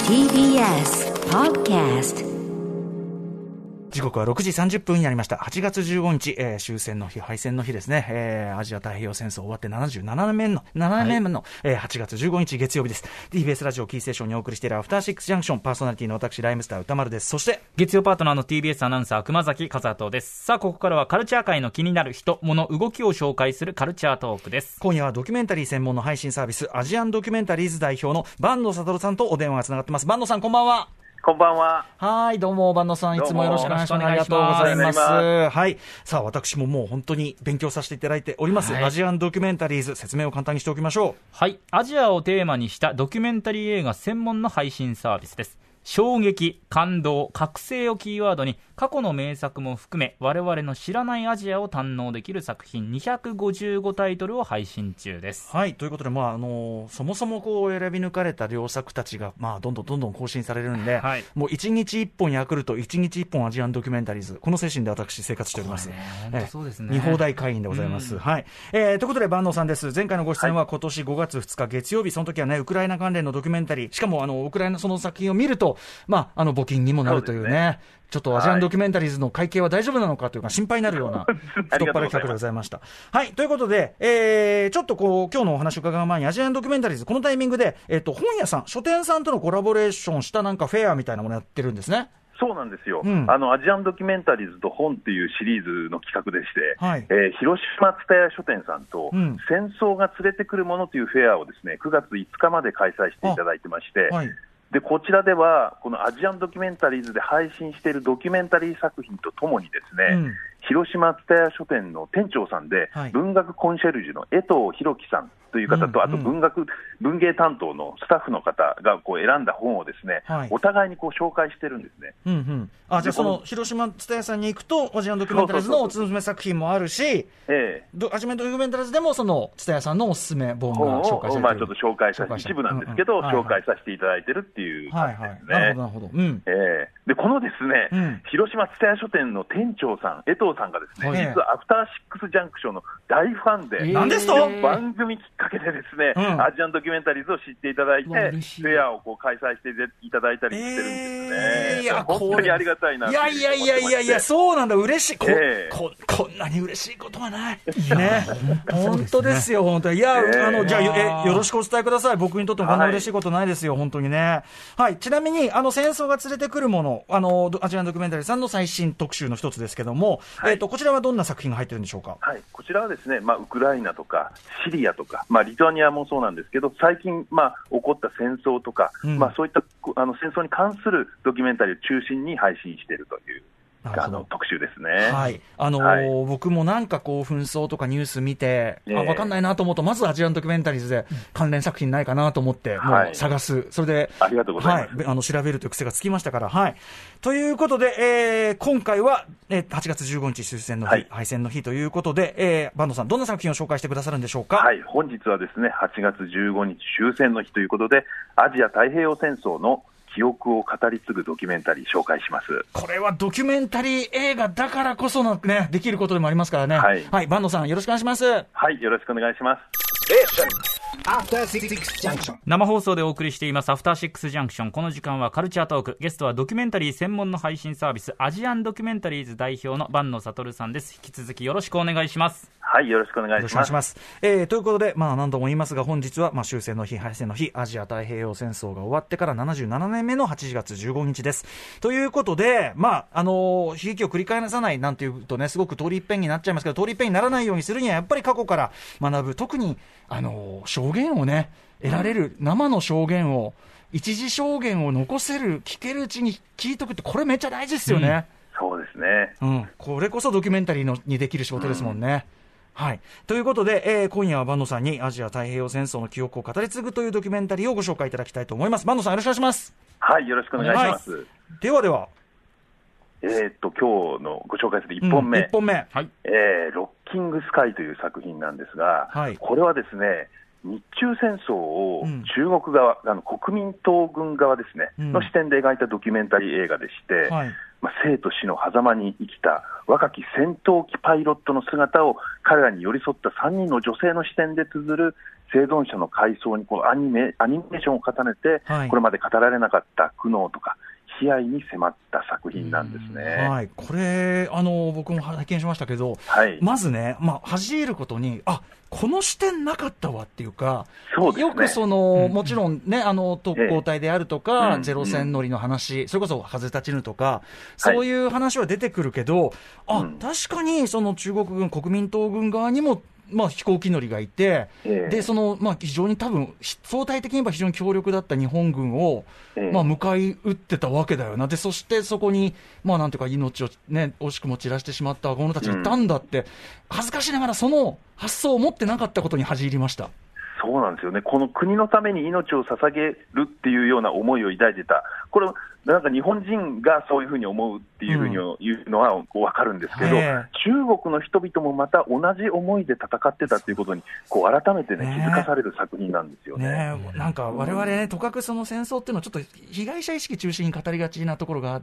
TBS Podcast。 時刻は6時30分になりました。8月15日、終戦の日、敗戦の日ですね。アジア太平洋戦争終わって77年目の、8月15日月曜日です。TBS ラジオキーステーションにお送りしているアフターシックスジャンクション、パーソナリティの私ライムスター歌丸です。そして月曜パートナーの TBS アナウンサー熊崎和人です。さあ、ここからはカルチャー界の気になる人、物、動きを紹介するカルチャートークです。 今夜はドキュメンタリー専門の配信サービスアジアンドキュメンタリーズ代表の坂野悟さんとお電話がつながってます。坂野さん、こんばんは。 こんばんは。 はい、どうも坂野さん、いつもよろしくお願いします。ありがとうございます。はい、さあ私ももう本当に勉強させていただいております、アジアンドキュメンタリーズ、説明を簡単にしておきましょう。 はい、アジアをテーマにしたドキュメンタリー映画専門の配信サービスです。衝撃、感動、覚醒をキーワードに過去の名作も含め我々の知らないアジアを堪能できる作品255タイトルを配信中です。 はい、ということで、そもそもこう選び抜かれた良作たちが、どんどん更新されるんで、はい、もう1日1本ヤクルト、1日1本アジアンドキュメンタリーズ、この精神で私生活しております。 本当そうですね。 二放題会員でございます。はい、ということで坂野さんです。前回のご出演は今年5月2日月曜日、その時はね、ウクライナ関連のドキュメンタリー、しかもウクライナその作品を見ると、募金にもなるというね、ちょっとアジアンドキュメンタリーズの会計は大丈夫なのかというか心配になるような太っ腹企画でございました。はい、ということで、ちょっとこう今日のお話を伺う前にアジアンドキュメンタリーズ、このタイミングで、本屋さん、書店さんとのコラボレーションしたなんかフェアみたいなものやってるんですね。 そうなんですよ、アジアンドキュメンタリーズと本っていうシリーズの企画でして、はい、広島蔦屋書店さんと、戦争が連れてくるものというフェアをですね、9月5日まで開催していただいてまして、でこちらではこのアジアンドキュメンタリーズで配信しているドキュメンタリー作品とともにですね、広島蔦屋書店の店長さんで、文学コンシェルジュの江藤弘樹さんという方と、あと文芸担当のスタッフの方がこう選んだ本をですね、お互いにこう紹介してるんですね。 じゃあその広島蔦屋さんに行くとアジアンドキュメンタリーズのおすすめ作品もあるし、アジアンドキュメンタリーズでもその蔦屋さんのおすすめ本が紹介されている、 ちょっと紹介させて、一部なんですけど、紹介させていただいてるっていう感じですね。 なるほど。 でこのですね、広島蔦屋書店の店長さん、江藤さんがですね、実はアフターシックスジャンクションの大ファンで、 なんですと番組きっかけでですね、アジアンドキュメンタリーズを知っていただいて、フェアをこう開催していただいたりしてるんですね。 いや、 本当にありがたいな。 いや、そうなんだ、嬉しい。こんなに嬉しいことはない。ね、本当ですよ、本当に。いや、じゃあよろしくお伝えください。僕にとってもこんな嬉しいことないですよ、本当にね。はい、ちなみに戦争が連れてくるもの、アジアンドキュメンタリーさんの最新特集の一つですけども、こちらはどんな作品が入ってるんでしょうか。 はい、こちらはですね、ウクライナとかシリアとか、リトアニアもそうなんですけど、最近、起こった戦争とか、そういった戦争に関するドキュメンタリーを中心に配信しているという特集ですね。 はい、僕もなんかこう紛争とかニュース見て、分かんないなと思うと、まずアジアンドキュメンタリーズで関連作品ないかなと思って、もう探す、それでありがとうございます、調べるという癖がつきましたから。はい、ということで、今回は、8月15日終戦の日、敗戦の日ということで、坂野さん、どんな作品を紹介してくださるんでしょうか。 はい、本日はですね、8月15日終戦の日ということで、アジア太平洋戦争の記憶を語り継ぐドキュメンタリー紹介します。 これはドキュメンタリー映画だからこそのね、できることでもありますからね。はい、坂野さん、よろしくお願いします。 はい、よろしくお願いします。 生放送でお送りしていますアフターシックスジャンクション。この時間はカルチャートーク、ゲストはドキュメンタリー専門の配信サービスアジアンドキュメンタリーズ代表の坂野悟さんです。引き続きよろしくお願いします。 はい、よろしくお願いします。 ということで、何度も言いますが、本日は終戦の日、敗戦の日、アジア太平洋戦争が終わってから77年目の8月15日です。ということで、悲劇を繰り返さないなんていうとね、すごく通り一遍になっちゃいますけど、通り一遍にならないようにするにはやっぱり過去から学ぶ、特に証言をね、得られる生の証言を、一時証言を残せる、聞けるうちに聞いとくって、これめっちゃ大事ですよね。 そうですね。 これこそドキュメンタリーにできる仕事ですもんね。はい、ということで、今夜は坂野さんにアジア太平洋戦争の記憶を語り継ぐというドキュメンタリーをご紹介いただきたいと思います。坂野さん、よろしくお願いします。 はい、よろしくお願いします。 では今日のご紹介する1本目、 はい、 ロッキングスカイという作品なんですが、これはですね、日中戦争を中国側、国民党軍側ですね、の視点で描いたドキュメンタリー映画でして、 生と死の狭間に生きた若き戦闘機パイロットの姿を彼らに寄り添った3人の女性の視点で綴る生存者の回想にアニメーションを重ねて、これまで語られなかった苦悩とか悲哀に迫った作品なんですね。 はい、これ僕も拝見しましたけど、まずね、恥じることにこの視点なかったわっていうか、 そうですね、 よくもちろんね、特攻隊であるとか、ゼロ戦乗りの話、それこそ風立ちぬとか、そういう話は出てくるけど、確かにその中国軍、国民党軍側にも飛行機乗りがいて、で非常に多分相対的に言えば非常に強力だった日本軍を、迎え撃ってたわけだよな。でそしてそこになんていうか命をね惜しくも散らしてしまった若者たちがいたんだって、恥ずかしながらその発想を持ってなかったことに恥じ入りました。 そうなんですよね。この国のために命を捧げるっていうような思いを抱いてた、これなんか日本人がそういうふうに思うっていうふうに言うのは分かるんですけど、中国の人々もまた同じ思いで戦ってたっていうことに改めてね、気づかされる作品なんですよね。 なんか我々ね、とかくその戦争っていうのはちょっと被害者意識中心に語りがちなところがあって、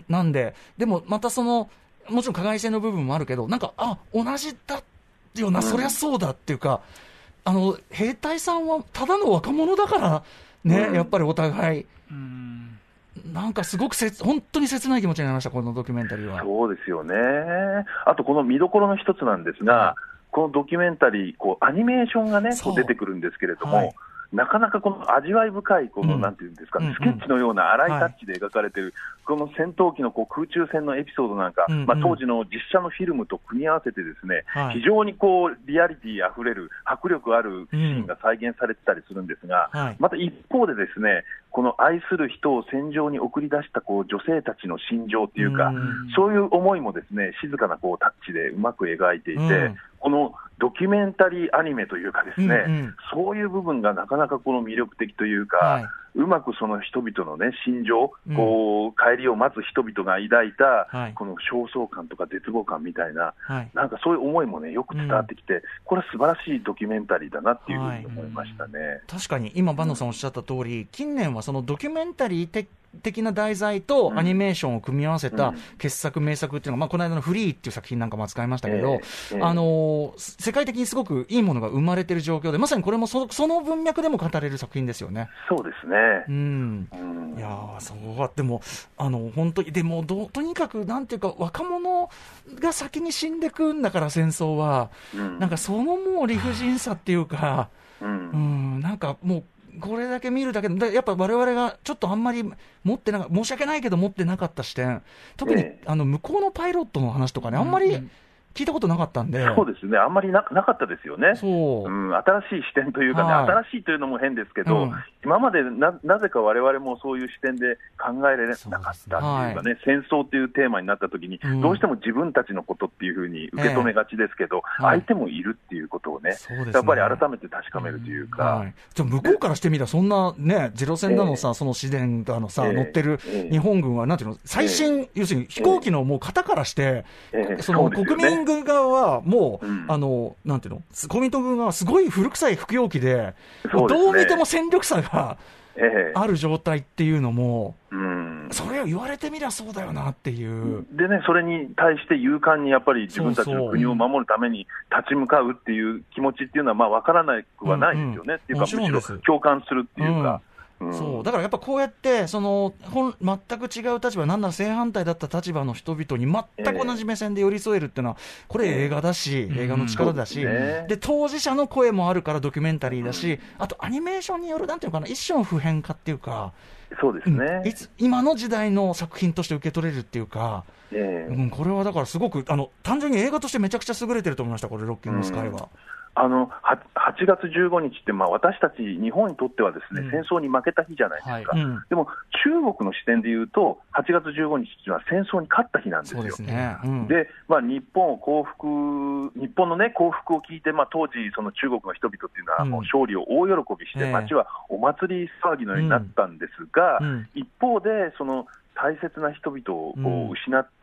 なんででもまたもちろん加害性の部分もあるけど、なんか同じだよな、そりゃそうだっていうか、兵隊さんはただの若者だからね、やっぱりお互い、なんかすごく本当に切ない気持ちになりました、このドキュメンタリーは。 そうですよね。あとこの見どころの一つなんですが、このドキュメンタリーアニメーションがね出てくるんですけれども、なかなかこの味わい深いなんていうんですか、スケッチのような荒いタッチで描かれている、この戦闘機の空中戦のエピソードなんか、当時の実写のフィルムと組み合わせてですね、非常にリアリティあふれる迫力あるシーンが再現されてたりするんですが、また一方でですね、この愛する人を戦場に送り出した女性たちの心情というか、そういう思いもですね、静かなタッチでうまく描いていて、このドキュメンタリーアニメというかですね、そういう部分がなかなか魅力的というか、うまくその人々のね心情、帰りを待つ人々が抱いた、この焦燥感とか絶望感みたいな、なんかそういう思いもねよく伝わってきて、これは素晴らしいドキュメンタリーだなっていうふうに思いましたね。 確かに今坂野さんおっしゃった通り、近年はそのドキュメンタリー的な題材とアニメーションを組み合わせた傑作名作っていうのが、この間のフリーっていう作品なんかも扱いましたけど、世界的にすごくいいものが生まれている状況で、まさにこれもその文脈でも語れる作品ですよね。 そうですね。 いやそうはでも本当にでもとにかくなんていうか、若者が先に死んでくんだから戦争は、なんかそのもう理不尽さっていうか、なんかもうこれだけ見るだけでやっぱ我々がちょっとあんまり持ってなかった、申し訳ないけど持ってなかった視点、特に向こうのパイロットの話とかね、あんまり聞いたことなかったんで。 そうですね、あんまりなかったですよね。新しい視点というかね、新しいというのも変ですけど、今までなぜか我々もそういう視点で考えられなかったっていうかね、戦争というテーマになったときに、どうしても自分たちのことっていうふうに受け止めがちですけど、相手もいるっていうことをね、やっぱり改めて確かめるというか。 じゃ向こうからしてみたら、そんなね、ゼロ戦なのさ、その市電だのさ、乗ってる日本軍は、なんていうの、最新、要するに飛行機のもう型からして、その国民軍側はもう、なんていうの、国民党軍側はすごい古臭い服用機で、どう見ても戦力差がある状態っていうのも、それを言われてみりゃそうだよなっていう。 でね、それに対して勇敢にやっぱり自分たちの国を守るために立ち向かうっていう気持ちっていうのは、分からなくはないですよね。っていうか、むしろ共感するっていうか。 そうだからやっぱこうやって全く違う立場、なんなら正反対だった立場の人々に全く同じ目線で寄り添えるっていうのは、これ映画だし、映画の力だし、で当事者の声もあるからドキュメンタリーだし、あとアニメーションによるなんていうかな、一種の普遍化っていうか、 そうですね、 今の時代の作品として受け取れるっていうか、これはだからすごく単純に映画としてめちゃくちゃ優れてると思いました、これロッキングスカイは。8 月15日って、私たち日本にとってはですね、戦争に負けた日じゃないですか。でも中国の視点でいうと、8月15日っていうのは戦争に勝った日なんですよ。で、日本のね、降伏を聞いて、当時その中国の人々っていうのはもう勝利を大喜びして、街はお祭り騒ぎのようになったんですが、一方でその大切な人々を失った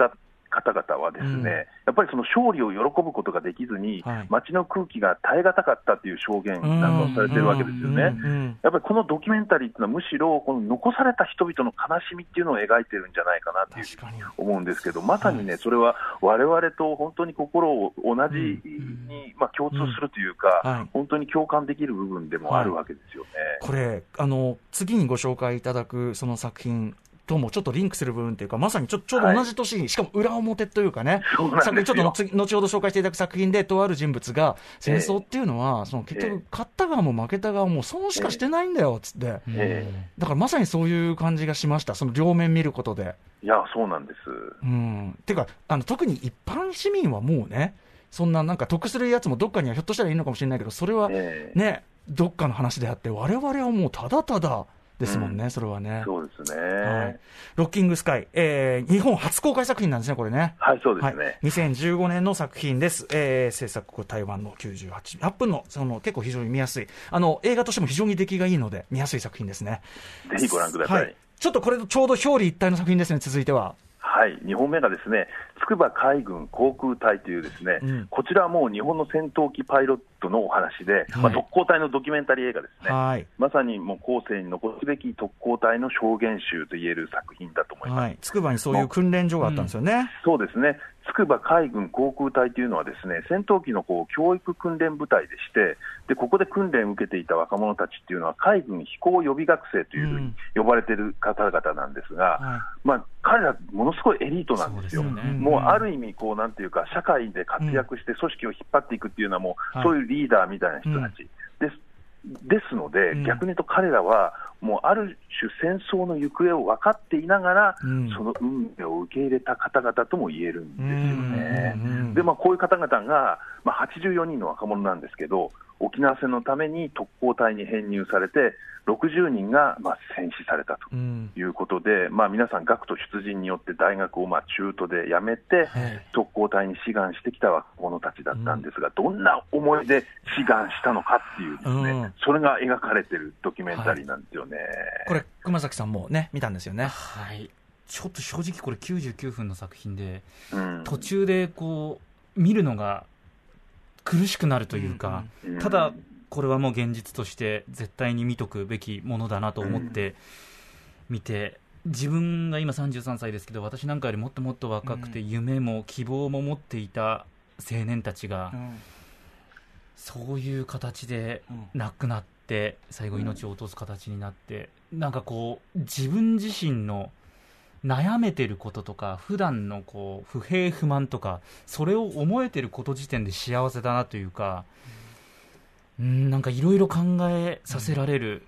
方々はですね、やっぱりその勝利を喜ぶことができずに、街の空気が耐え難かったという証言なんかをされているわけですよね。やっぱりこのドキュメンタリーというのはむしろこの残された人々の悲しみっていうのを描いてるんじゃないかなというふうに思うんですけど、まさにね、それは我々と本当に心を同じに、共通するというか、本当に共感できる部分でもあるわけですよね。 これ次にご紹介いただくその作品ともちょっとリンクする部分というか、まさにちょうど同じ年に、しかも裏表というかね、さっきちょっと後ほど紹介していただく作品で、とある人物が、戦争っていうのは、その結局、勝った側も負けた側も損しかしてないんだよ、つって。だからまさにそういう感じがしました、その両面見ることで。 いや、そうなんです。 ていうか、特に一般市民はもうね、そんななんか得するやつもどっかにはひょっとしたらいいのかもしれないけど、それはね、どっかの話であって、我々はもうただただ、ですもんね、それはね。 そうですね。 ロッキングスカイ、日本初公開作品なんですね、これね。 はい、そうですね。 2015年の作品です。制作国台湾の98分の、結構非常に見やすい。映画としても非常に出来がいいので、見やすい作品ですね。 ぜひご覧ください。 ちょっとこれとちょうど表裏一体の作品ですね、続いては。 はい、2本目がですね、筑波海軍航空隊というですね、こちらはもう日本の戦闘機パイロットのお話で、特攻隊のドキュメンタリー映画ですね。まさにもう後世に残すべき特攻隊の証言集といえる作品だと思います。 筑波にそういう訓練所があったんですよね。 そうですね。筑波海軍航空隊というのはですね、戦闘機の教育訓練部隊でして、でここで訓練を受けていた若者たちっていうのは海軍飛行予備学生というふうに呼ばれている方々なんですが、彼らものすごいエリートなんですよ。もうある意味なんていうか社会で活躍して組織を引っ張っていくっていうのはもうそういうリーダーみたいな人たちですので、逆に言うと彼らはもうある種戦争の行方を分かっていながら、その運命を受け入れた方々とも言えるんですよね。でこういう方々が、84人の若者なんですけど、沖縄戦のために特攻隊に編入されて60人が戦死されたということで、皆さん学徒出陣によって大学を中途で辞めて特攻隊に志願してきた若者たちだったんですが、どんな思いで志願したのかっていうですね、それが描かれているドキュメンタリーなんですよね。 これ熊崎さんもね見たんですよね。 はい、ちょっと正直これ99分の作品で、途中で見るのが苦しくなるというか、ただこれはもう現実として絶対に見とくべきものだなと思って見て、自分が今33歳ですけど、私なんかよりもっともっと若くて夢も希望も持っていた青年たちがそういう形で亡くなって最後命を落とす形になって、なんか自分自身の悩めてることとか普段の不平不満とか、それを思えてること時点で幸せだなというか、なんかいろいろ考えさせられる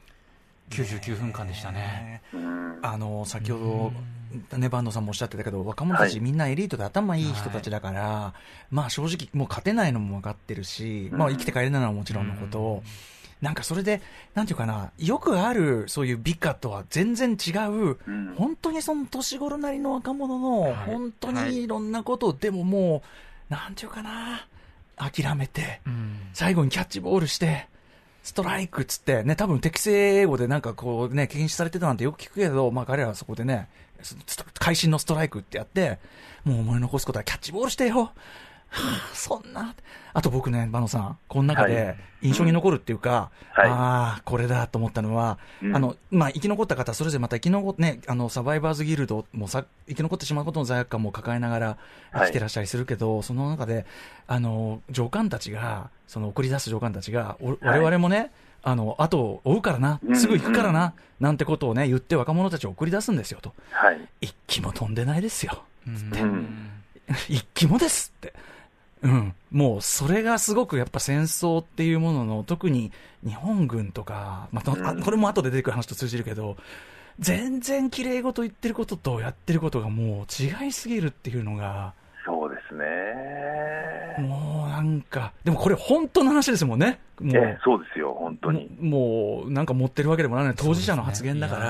99分間でしたね。 先ほどね、坂東さんもおっしゃってたけど、若者たちみんなエリートで頭いい人たちだから、正直もう勝てないのも分かってるし、生きて帰れないのはもちろんのこと、なんかそれでなんていうかな、よくあるそういう美化とは全然違う、本当にその年頃なりの若者の本当にいろんなことを、でももうなんていうかな、諦めて、最後にキャッチボールしてストライクっつってね、多分適正英語でなんか禁止されてたなんてよく聞くけど、彼らはそこでね会心のストライクってやって、もう思い残すことはキャッチボールしてよ。そんな。あと僕ね、馬野さん、この中で印象に残るっていうか、これだと思ったのは、生き残った方、それぞれまた生き残ってね、サバイバーズギルドも生き残ってしまうことの罪悪感も抱えながら生きてらっしゃりするけど、その中で、上官たちが、送り出す上官たちが、我々もね、後を追うからな、すぐ行くからな、なんてことをね、言って若者たちを送り出すんですよと。一機も飛んでないですよ、つって。一機もですって。もうそれがすごくやっぱ戦争っていうものの、特に日本軍とか、これも後で出てくる話と通じるけど、全然綺麗事言ってることとやってることがもう違いすぎるっていうのが。 そうですね。 もうなんか、でもこれ本当の話ですもんね。 そうですよ、本当に。 もうなんか持ってるわけでもない、当事者の発言だから。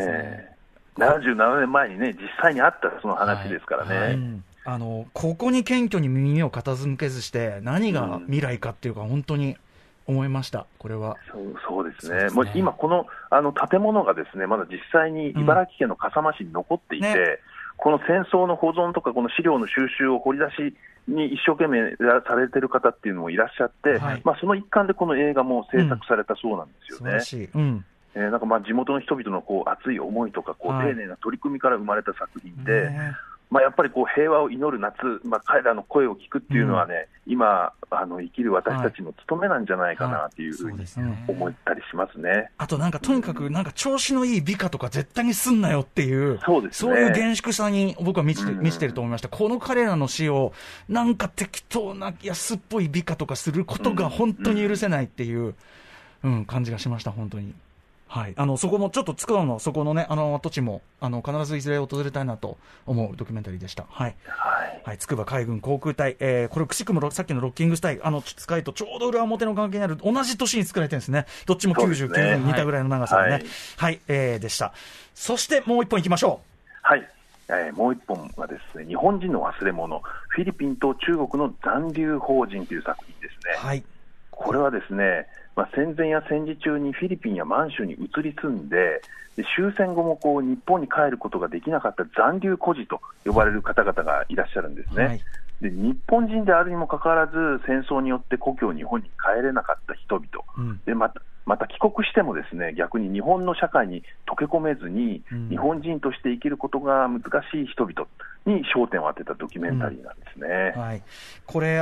77年前にね、実際にあったその話ですからね。 ここに謙虚に耳を傾けずして何が未来かっていうか、本当に思いました、これは。 そうですね。もう今この建物がですね、まだ実際に茨城県の笠間市に残っていて、 この戦争の保存とか、この資料の収集を掘り出しに一生懸命されてる方っていうのもいらっしゃって、はい、その一環でこの映画も制作されたそうなんですよね。 素晴らしい。 なんか地元の人々の熱い思いとか丁寧な取り組みから生まれた作品で、やっぱり平和を祈る夏、彼らの声を聞くっていうのはね、今生きる私たちの務めなんじゃないかなというふうに思ったりしますね。 あととにかく調子のいい美化とか絶対にすんなよっていう、そういう厳粛さに僕は満ちてると思いました。この彼らの死をなんか適当な安っぽい美化とかすることが本当に許せないっていう、感じがしました、本当に。はい、そこもちょっとつくばのそこのね、土地も必ずいずれ訪れたいなと思うドキュメンタリーでした。はい、はい、つくば海軍航空隊、これくしくもさっきのロッキングスタイル使いとちょうど裏表の関係にある同じ年に作られてるんですね。どっちも99分似たぐらいの長さでね。はい、でした。そしてもう一本いきましょう。 はい、もう一本はですね、日本人の忘れ物、フィリピンと中国の残留邦人という作品ですね。はい、これはですね、戦前や戦時中にフィリピンや満州に移り住んで、終戦後も日本に帰ることができなかった残留孤児と呼ばれる方々がいらっしゃるんですね。はい、で日本人であるにもかかわらず戦争によって故郷日本に帰れなかった人々、でまた帰国してもですね、逆に日本の社会に溶け込めずに、日本人として生きることが難しい人々に焦点を当てたドキュメンタリーなんですね。 はい、これ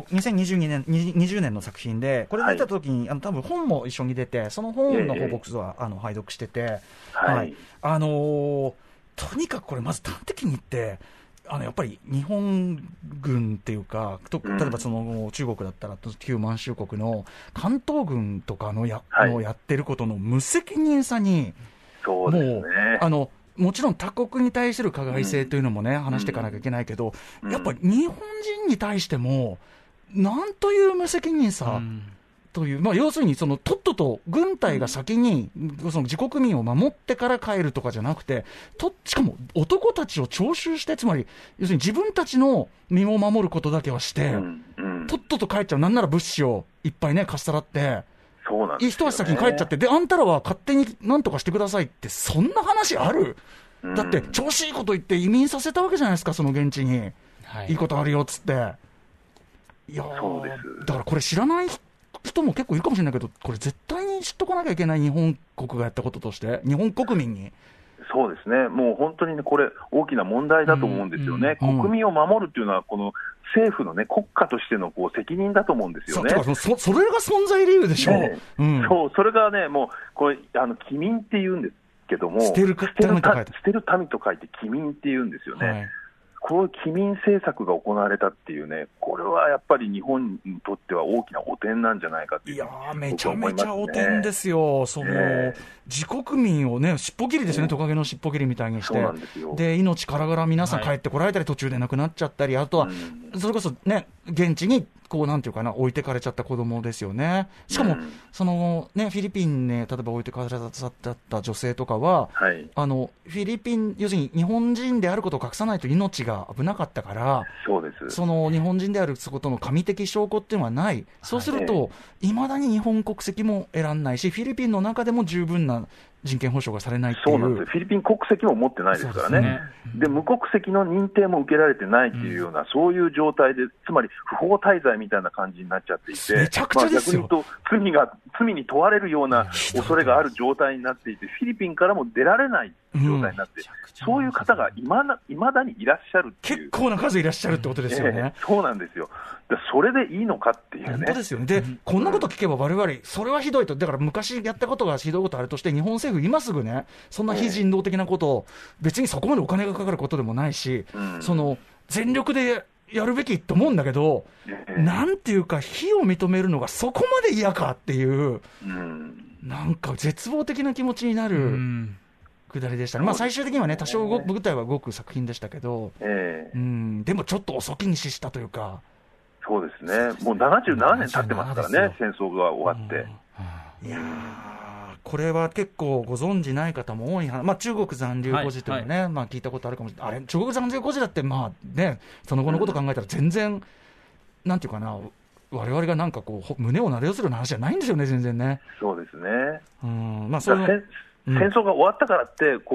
2020年の作品で、これ出た時に、多分本も一緒に出て、その本の方僕は拝読してて、とにかくこれまず端的に言ってやっぱり日本軍っていうか、例えばその中国だったら旧満州国の関東軍とかのやってることの無責任さに、 そうですね、 もちろん他国に対する加害性というのもね、話していかなきゃいけないけど、やっぱり日本人に対してもなんという無責任さという、要するにとっとと軍隊が先にその自国民を守ってから帰るとかじゃなくて、しかも男たちを徴収して、つまり要するに自分たちの身を守ることだけはして、とっとと帰っちゃう。なんなら物資をいっぱいねかっさらって、 そうなんですよね、 一足先に帰っちゃって、であんたらは勝手になんとかしてくださいって、そんな話ある？だって調子いいこと言って移民させたわけじゃないですか、その現地に、いいことあるよっつって。いやそうです。 だからこれ知らない人も結構いるかもしれないけど、これ絶対に知っとかなきゃいけない、日本国がやったこととして、日本国民に。 そうですね、もう本当にね、これ大きな問題だと思うんですよね。国民を守るっていうのはこの政府のね、国家としての責任だと思うんですよね。 それが存在理由でしょう。 そう、それがね、もうこれ機民って言うんですけども、 捨てる民と書いて機民って言うんですよね。こういう機民政策が行われたっていうね、これはやっぱり日本にとっては大きな汚点なんじゃないかっていう。 いやー、めちゃめちゃ汚点ですよ。自国民をね、尻尾切りですね、トカゲの尻尾切りみたいにして。で、命からがら皆さん帰ってこられたり、途中で亡くなっちゃったり、あとは、それこそね、現地に、なんていうかな、置いてかれちゃった子供ですよね。しかも、フィリピンね、例えば置いてかれちゃった女性とかは、フィリピン、要するに日本人であることを隠さないと命が危なかったから、 そうです。 その日本人であることの神的証拠っていうのはない。そうすると、いまだに日本国籍も選んないし、フィリピンの中でも十分な人権保障がされないっていう。 そうなんですよ。フィリピン国籍も持ってないですからね。で、無国籍の認定も受けられてないっていうような、そういう状態で、つまり不法滞在みたいな感じになっちゃっていて、 めちゃくちゃですよ。 逆に言うと罪に問われるような恐れがある状態になっていて、フィリピンからも出られない状態になって、そういう方がいまだにいらっしゃるっていう。 結構な数いらっしゃるってことですよね。 そうなんですよ。それでいいのかっていうね。 本当ですよね。で、こんなこと聞けば我々、それはひどいと。だから昔やったことがひどいことあるとして、日本政府今すぐね、そんな非人道的なことを、別にそこまでお金がかかることでもないし、全力でやるべきと思うんだけど、なんていうか、非を認めるのがそこまで嫌かっていう、なんか絶望的な気持ちになるくだりでしたね。最終的にはね、多少舞台は動く作品でしたけど、でもちょっと遅きに失したというか。 そうですね。もう77年経ってますからね、戦争が終わって。 いやー、これは結構ご存じない方も多い話、中国残留孤児というのね、聞いたことあるかもしれない。あれ、中国残留孤児だって、その後のこと考えたら全然、なんていうかな、我々がなんか胸をなで寄せる話じゃないんですよね、全然ね。 そうですね。 そういう戦争が終わったからって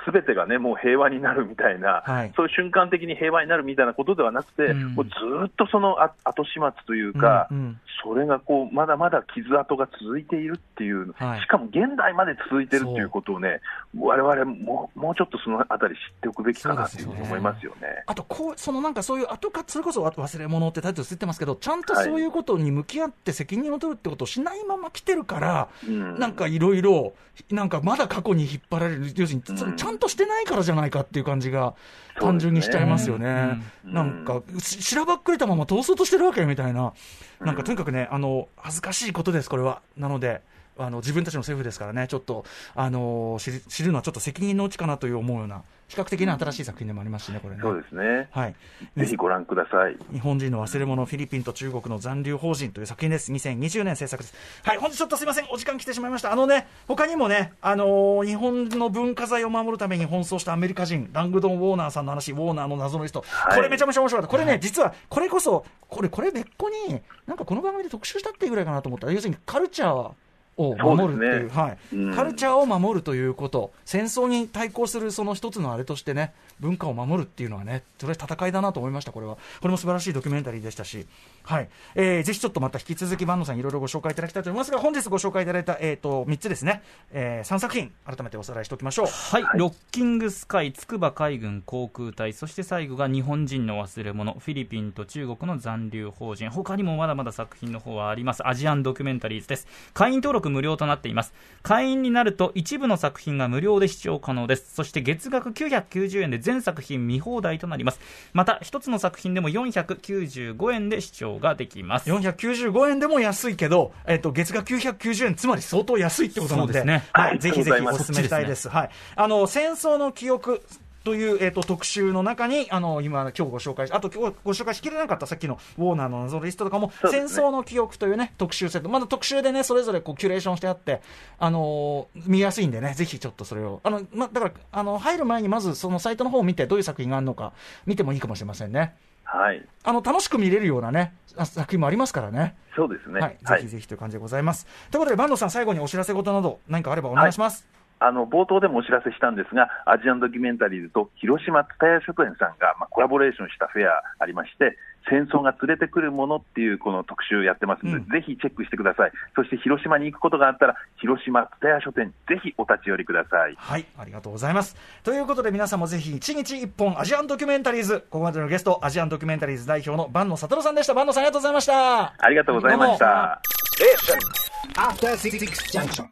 べてがね、もう平和になるみたいな、そういう瞬間的に平和になるみたいなことではなくて、もうずっとその後始末というか、それがこうまだまだ傷跡が続いているっていう、しかも現代まで続いているっていうことをね、我々もうちょっとそのあたり知っておくべきかなというふうに思いますよね。 あとなんかそういう後か、それこそ忘れ物ってタイトルついてますけど、ちゃんとそういうことに向き合って責任を取るってことをしないまま来てるから、なんかいろいろなんかまだ過去に引っ張られる、要するにちゃんとしてないからじゃないかっていう感じが単純にしちゃいますよね。なんかしらばっくれたまま通そうとしてるわけみたいな、なんかとにかくね、恥ずかしいことです、これは。なので自分たちの政府ですからね、ちょっと知るのはちょっと責任のうちかなという思うような、比較的な新しい作品でもありますしね、これね。 そうですね。 はい。 ぜひご覧ください。 日本人の忘れ物、フィリピンと中国の残留邦人という作品です。2020年制作です。はい、本日ちょっとすいません、お時間来てしまいました。他にもね、日本の文化財を守るために奔走したアメリカ人、ラングドン・ウォーナーさんの話、ウォーナーの謎のリスト、これめちゃめちゃ面白かった。これね、実は、これこそ、これ別個に、なんかこの番組で特集したっていうぐらいかなと思ったら、要するにカルチャーを守るっていう、カルチャーを守るということ、戦争に対抗するその一つのあれとしてね、文化を守るっていうのはね、それは戦いだなと思いました。これも素晴らしいドキュメンタリーでしたし、はい、ぜひちょっとまた引き続き坂野さんいろいろご紹介いただきたいと思いますが、本日ご紹介いただいた、3つですね、3作品改めておさらいしておきましょう。 はい、ロッキングスカイ、筑波海軍航空隊、そして最後が日本人の忘れ物、フィリピンと中国の残留邦人。他にもまだまだ作品の方はあります。アジアンドキュメンタリーズです。会員登録無料となっています。会員になると一部の作品が無料で視聴可能です。そして月額990円で全作品見放題となります。また一つの作品でも495円で視聴ができます。 495円でも安いけど、月額990円、つまり相当安いってことなので、 そうですね、 はい、ぜひぜひお勧めしたいです。はい、戦争の記憶という、特集の中に今日ご紹介し、あと今日ご紹介しきれなかったさっきのウォーナーの謎リストとかも、戦争の記憶というね特集セット、まだ特集でねそれぞれこうキュレーションしてあって、見やすいんでね、ぜひちょっとそれをだから入る前にまずそのサイトの方を見て、どういう作品があるのか見てもいいかもしれませんね。 はい、 楽しく見れるようなね作品もありますからね。 そうですね、 はい、ぜひぜひという感じでございます。ということで坂野さん、最後にお知らせ事など何かあればお願いします。 冒頭でもお知らせしたんですが、アジアンドキュメンタリーズと広島蔦屋書店さんが、コラボレーションしたフェアありまして、戦争が連れてくるものっていうこの特集やってますので、ぜひチェックしてください。そして広島に行くことがあったら、広島蔦屋書店、ぜひお立ち寄りください。 はい、ありがとうございます。ということで皆さんもぜひ1日1本アジアンドキュメンタリーズ、ここまでのゲスト、アジアンドキュメンタリーズ代表の坂野悟さんでした。坂野さん、ありがとうございました。 ありがとうございました。